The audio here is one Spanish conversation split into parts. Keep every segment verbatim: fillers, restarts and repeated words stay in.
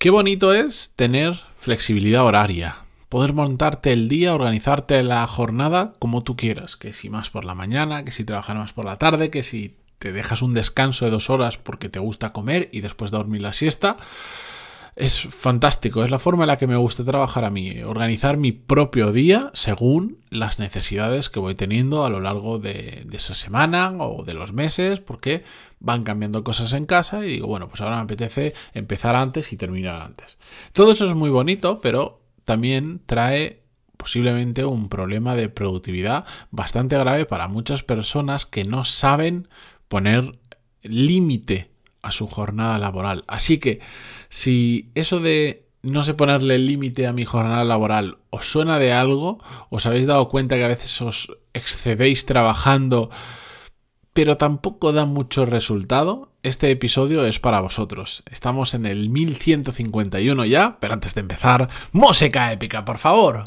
Qué bonito es tener flexibilidad horaria, poder montarte el día, organizarte la jornada como tú quieras, que si más por la mañana, que si trabajas más por la tarde, que si te dejas un descanso de dos horas porque te gusta comer y después dormir la siesta. Es fantástico, es la forma en la que me gusta trabajar a mí, organizar mi propio día según las necesidades que voy teniendo a lo largo de, de esa semana o de los meses, porque van cambiando cosas en casa y digo, bueno, pues ahora me apetece empezar antes y terminar antes. Todo eso es muy bonito, pero también trae posiblemente un problema de productividad bastante grave para muchas personas que no saben poner límite a su jornada laboral. Así que si eso de no sé ponerle límite a mi jornada laboral os suena de algo, os habéis dado cuenta que a veces os excedéis trabajando, pero tampoco da mucho resultado, este episodio es para vosotros. Estamos en el mil ciento cincuenta y uno ya, pero antes de empezar, música épica, por favor.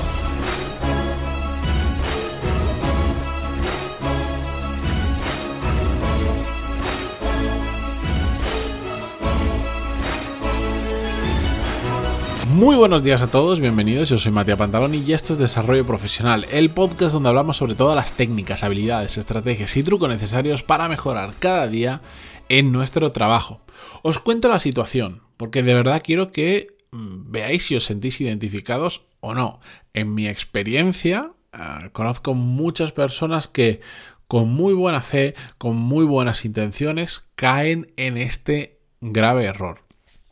Muy buenos días a todos, bienvenidos, yo soy Matías Pantaloni y esto es Desarrollo Profesional, el podcast donde hablamos sobre todas las técnicas, habilidades, estrategias y trucos necesarios para mejorar cada día en nuestro trabajo. Os cuento la situación, porque de verdad quiero que veáis si os sentís identificados o no. En mi experiencia, eh, conozco muchas personas que con muy buena fe, con muy buenas intenciones, caen en este grave error.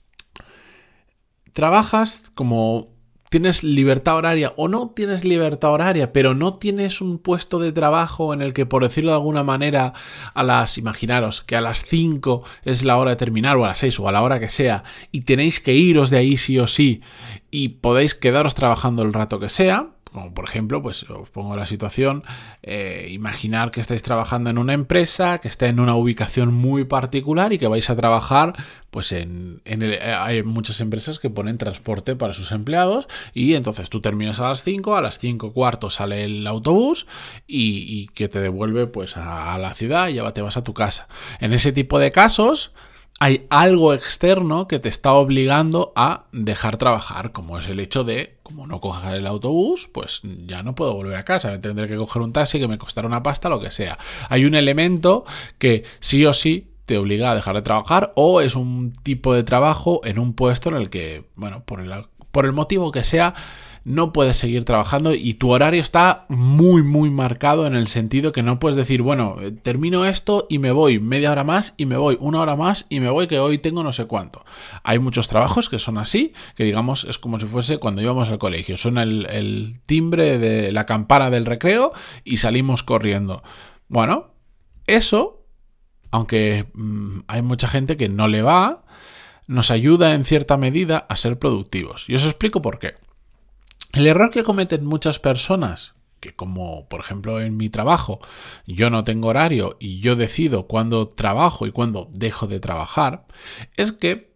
Trabajas como tienes libertad horaria o no tienes libertad horaria, pero no tienes un puesto de trabajo en el que, por decirlo de alguna manera, a las, imaginaros que a las cinco es la hora de terminar o a las seis o a la hora que sea y tenéis que iros de ahí sí o sí y podéis quedaros trabajando el rato que sea. Como por ejemplo, pues os pongo la situación, eh, imaginar que estáis trabajando en una empresa, que está en una ubicación muy particular y que vais a trabajar, pues en, en el, hay muchas empresas que ponen transporte para sus empleados y entonces tú terminas a las cinco, a las cinco cuarto sale el autobús y, y que te devuelve pues a, a la ciudad y ya te vas a tu casa. En ese tipo de casos hay algo externo que te está obligando a dejar trabajar, como es el hecho de, como no cojas el autobús, pues ya no puedo volver a casa, me tendré que coger un taxi que me costará una pasta, lo que sea. Hay un elemento que sí o sí te obliga a dejar de trabajar o es un tipo de trabajo en un puesto en el que, bueno, por el, por el motivo que sea, no puedes seguir trabajando y tu horario está muy muy marcado en el sentido que no puedes decir, bueno, termino esto y me voy media hora más y me voy una hora más y me voy que hoy tengo no sé cuánto. Hay muchos trabajos que son así, que digamos es como si fuese cuando íbamos al colegio, suena el, el timbre de la campana del recreo y salimos corriendo. Bueno, eso, aunque mmm, hay mucha gente que no le va, nos ayuda en cierta medida a ser productivos. Y os explico por qué. El error que cometen muchas personas, que como por ejemplo en mi trabajo yo no tengo horario y yo decido cuándo trabajo y cuándo dejo de trabajar, es que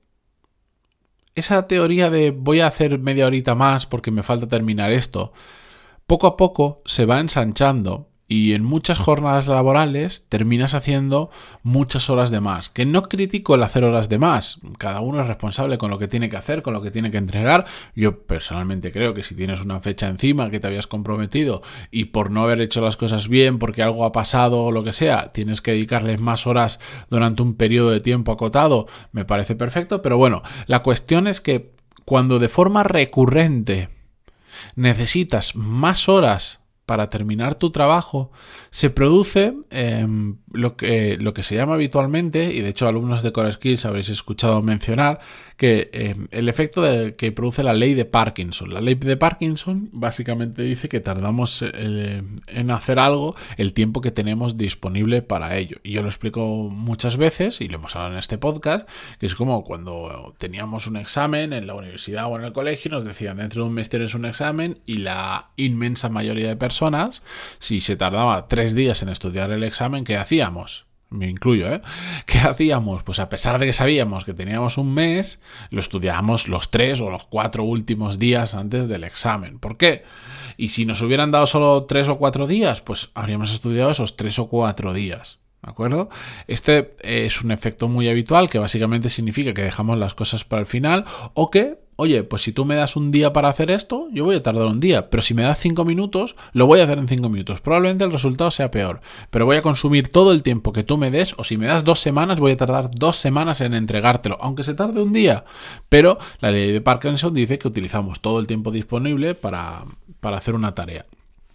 esa teoría de voy a hacer media horita más porque me falta terminar esto, poco a poco se va ensanchando y en muchas jornadas laborales terminas haciendo muchas horas de más. Que no critico el hacer horas de más. Cada uno es responsable con lo que tiene que hacer, con lo que tiene que entregar. Yo personalmente creo que si tienes una fecha encima que te habías comprometido y por no haber hecho las cosas bien, porque algo ha pasado o lo que sea, tienes que dedicarles más horas durante un periodo de tiempo acotado, me parece perfecto. Pero bueno, la cuestión es que cuando de forma recurrente necesitas más horas para terminar tu trabajo, se produce eh, lo, que, lo que se llama habitualmente, y de hecho alumnos de Core Skills habréis escuchado mencionar, que eh, el efecto de, que produce la ley de Parkinson. La ley de Parkinson básicamente dice que tardamos eh, en hacer algo el tiempo que tenemos disponible para ello. Y yo lo explico muchas veces, y lo hemos hablado en este podcast, que es como cuando teníamos un examen en la universidad o en el colegio, nos decían dentro de un mes tienes un examen y la inmensa mayoría de personas personas, si se tardaba tres días en estudiar el examen, ¿qué hacíamos? Me incluyo, ¿eh? ¿Qué hacíamos? Pues a pesar de que sabíamos que teníamos un mes, lo estudiábamos los tres o los cuatro últimos días antes del examen. ¿Por qué? Y si nos hubieran dado solo tres o cuatro días, pues habríamos estudiado esos tres o cuatro días. ¿De acuerdo? Este es un efecto muy habitual que básicamente significa que dejamos las cosas para el final o que, oye, pues si tú me das un día para hacer esto, yo voy a tardar un día, pero si me das cinco minutos, lo voy a hacer en cinco minutos. Probablemente el resultado sea peor, pero voy a consumir todo el tiempo que tú me des, o si me das dos semanas, voy a tardar dos semanas en entregártelo, aunque se tarde un día. Pero la ley de Parkinson dice que utilizamos todo el tiempo disponible para, para hacer una tarea.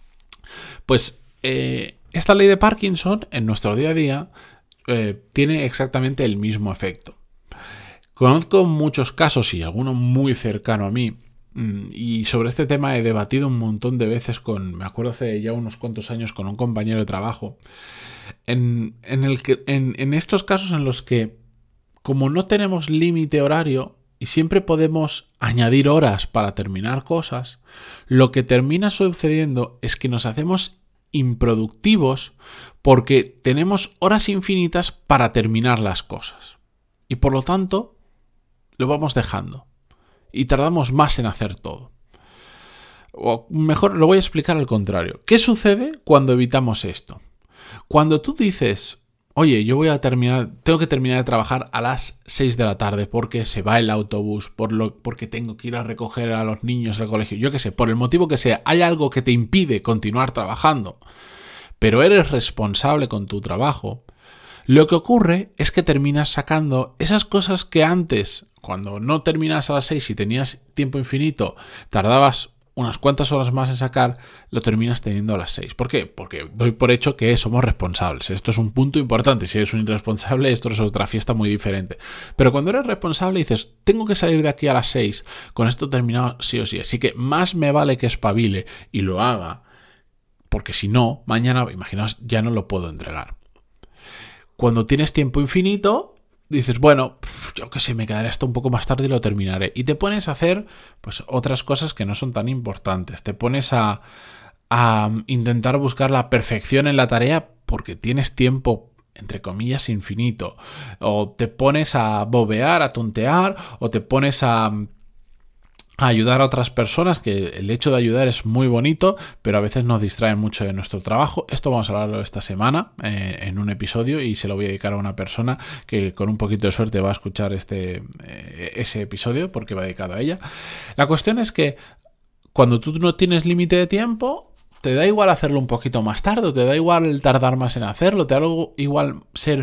Pues eh, esta ley de Parkinson en nuestro día a día eh, tiene exactamente el mismo efecto. Conozco muchos casos y alguno muy cercano a mí, y sobre este tema he debatido un montón de veces con, me acuerdo hace ya unos cuantos años, con un compañero de trabajo, en, en, el que, en, en estos casos en los que, como no tenemos límite horario y siempre podemos añadir horas para terminar cosas, lo que termina sucediendo es que nos hacemos improductivos porque tenemos horas infinitas para terminar las cosas. Y por lo tanto, lo vamos dejando. Y tardamos más en hacer todo. O mejor, lo voy a explicar al contrario. ¿Qué sucede cuando evitamos esto? Cuando tú dices, oye, yo voy a terminar, tengo que terminar de trabajar a las seis de la tarde porque se va el autobús, por lo, porque tengo que ir a recoger a los niños al colegio, yo qué sé, por el motivo que sea, hay algo que te impide continuar trabajando, pero eres responsable con tu trabajo. Lo que ocurre es que terminas sacando esas cosas que antes, cuando no terminas a las seis y tenías tiempo infinito, tardabas unas cuantas horas más en sacar, lo terminas teniendo a las seis. ¿Por qué? Porque doy por hecho que somos responsables. Esto es un punto importante. Si eres un irresponsable, esto es otra fiesta muy diferente. Pero cuando eres responsable dices, tengo que salir de aquí a las seis, con esto terminado sí o sí. Así que más me vale que espabile y lo haga, porque si no, mañana, imaginaos, ya no lo puedo entregar. Cuando tienes tiempo infinito, dices, bueno, yo qué sé, me quedaré hasta un poco más tarde y lo terminaré. Y te pones a hacer pues otras cosas que no son tan importantes. Te pones a, a intentar buscar la perfección en la tarea porque tienes tiempo, entre comillas, infinito. O te pones a bobear, a tontear, o te pones a... a ayudar a otras personas, que el hecho de ayudar es muy bonito, pero a veces nos distraen mucho de nuestro trabajo. Esto vamos a hablarlo esta semana eh, en un episodio y se lo voy a dedicar a una persona que con un poquito de suerte va a escuchar este, eh, ese episodio porque va dedicado a ella. La cuestión es que cuando tú no tienes límite de tiempo, te da igual hacerlo un poquito más tarde, o te da igual tardar más en hacerlo, te da igual ser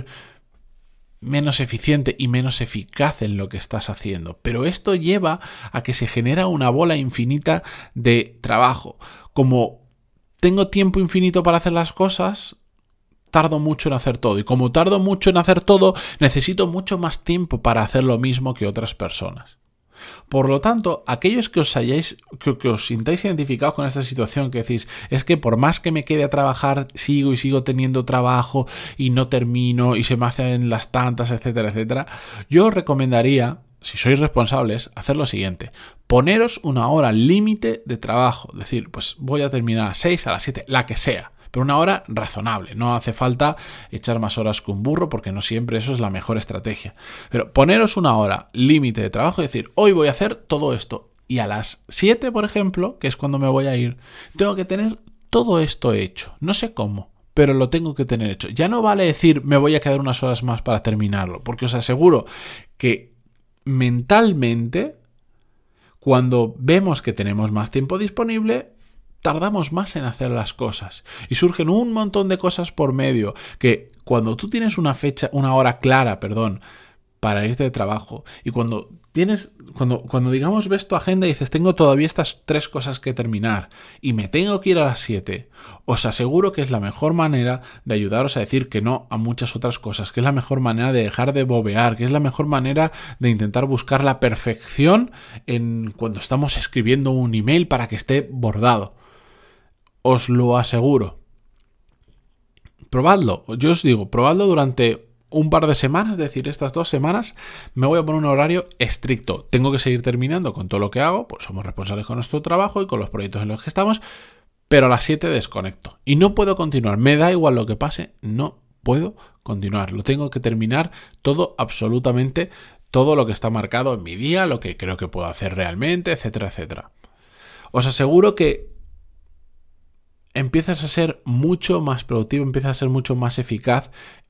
menos eficiente y menos eficaz en lo que estás haciendo. Pero esto lleva a que se genera una bola infinita de trabajo. Como tengo tiempo infinito para hacer las cosas, tardo mucho en hacer todo. Y como tardo mucho en hacer todo, necesito mucho más tiempo para hacer lo mismo que otras personas. Por lo tanto, aquellos que os hayáis, que, que os sintáis identificados con esta situación, que decís, es que por más que me quede a trabajar, sigo y sigo teniendo trabajo y no termino y se me hacen las tantas, etcétera, etcétera, yo os recomendaría, si sois responsables, hacer lo siguiente: poneros una hora límite de trabajo. Decir, pues voy a terminar a las seis, a las siete, la que sea. Pero una hora razonable, no hace falta echar más horas que un burro porque no siempre eso es la mejor estrategia. Pero poneros una hora límite de trabajo y decir, hoy voy a hacer todo esto y a las siete, por ejemplo, que es cuando me voy a ir, tengo que tener todo esto hecho. No sé cómo, pero lo tengo que tener hecho. Ya no vale decir me voy a quedar unas horas más para terminarlo, porque os aseguro que mentalmente, cuando vemos que tenemos más tiempo disponible, tardamos más en hacer las cosas y surgen un montón de cosas por medio que cuando tú tienes una fecha, una hora clara, perdón, para irte de trabajo y cuando tienes, cuando, cuando digamos ves tu agenda y dices tengo todavía estas tres cosas que terminar y me tengo que ir a las siete, os aseguro que es la mejor manera de ayudaros a decir que no a muchas otras cosas, que es la mejor manera de dejar de bobear, que es la mejor manera de intentar buscar la perfección en cuando estamos escribiendo un email para que esté bordado. Os lo aseguro. Probadlo. Yo os digo, probadlo durante un par de semanas, es decir, estas dos semanas me voy a poner un horario estricto. Tengo que seguir terminando con todo lo que hago, pues somos responsables con nuestro trabajo y con los proyectos en los que estamos, pero a las siete desconecto. Y no puedo continuar. Me da igual lo que pase, no puedo continuar. Lo tengo que terminar todo, absolutamente todo lo que está marcado en mi día, lo que creo que puedo hacer realmente, etcétera, etcétera. Os aseguro que empiezas a ser mucho más productivo, empiezas a ser mucho más eficaz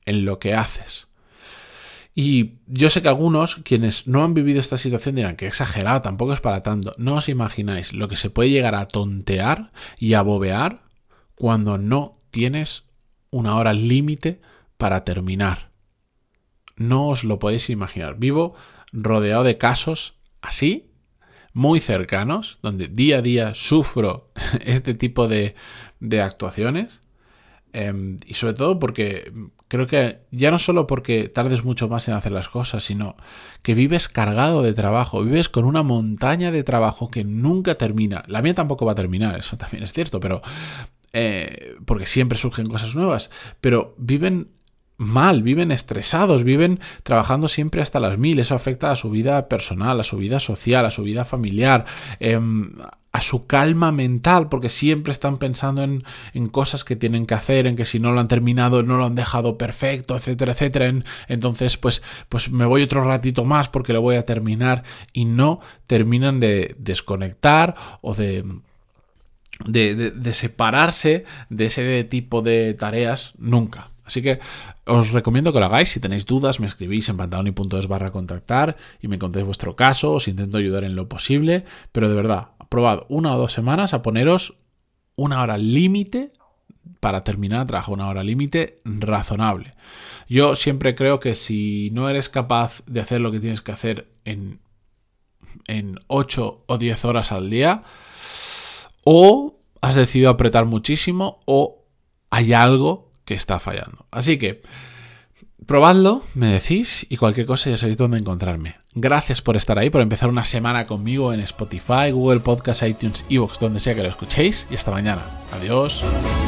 en lo que haces. Y yo sé que algunos, quienes no han vivido esta situación, dirán que exagerado, tampoco es para tanto. No os imagináis lo que se puede llegar a tontear y a bobear cuando no tienes una hora límite para terminar. No os lo podéis imaginar. Vivo rodeado de casos así, muy cercanos, donde día a día sufro este tipo de, de actuaciones. Eh, y sobre todo porque creo que ya no solo porque tardes mucho más en hacer las cosas, sino que vives cargado de trabajo, vives con una montaña de trabajo que nunca termina. La mía tampoco va a terminar, eso también es cierto, pero eh, porque siempre surgen cosas nuevas, pero viven mal, viven estresados, viven trabajando siempre hasta las mil. Eso afecta a su vida personal, a su vida social, a su vida familiar, eh, a su calma mental, porque siempre están pensando en, en cosas que tienen que hacer, en que si no lo han terminado no lo han dejado perfecto, etcétera, etcétera. En, entonces, pues, pues me voy otro ratito más porque lo voy a terminar, y no terminan de desconectar o de... De, de, de separarse de ese tipo de tareas nunca. Así que os recomiendo que lo hagáis. Si tenéis dudas, me escribís en pantaloni punto es barra contactar y me contéis vuestro caso. Os intento ayudar en lo posible, pero de verdad, probad una o dos semanas a poneros una hora límite para terminar el trabajo, una hora límite razonable. Yo siempre creo que si no eres capaz de hacer lo que tienes que hacer en, en ocho o diez horas al día, o has decidido apretar muchísimo o hay algo que está fallando. Así que probadlo, me decís, y cualquier cosa ya sabéis dónde encontrarme. Gracias por estar ahí, por empezar una semana conmigo en Spotify, Google Podcasts, iTunes, iVoox, donde sea que lo escuchéis, y hasta mañana. Adiós.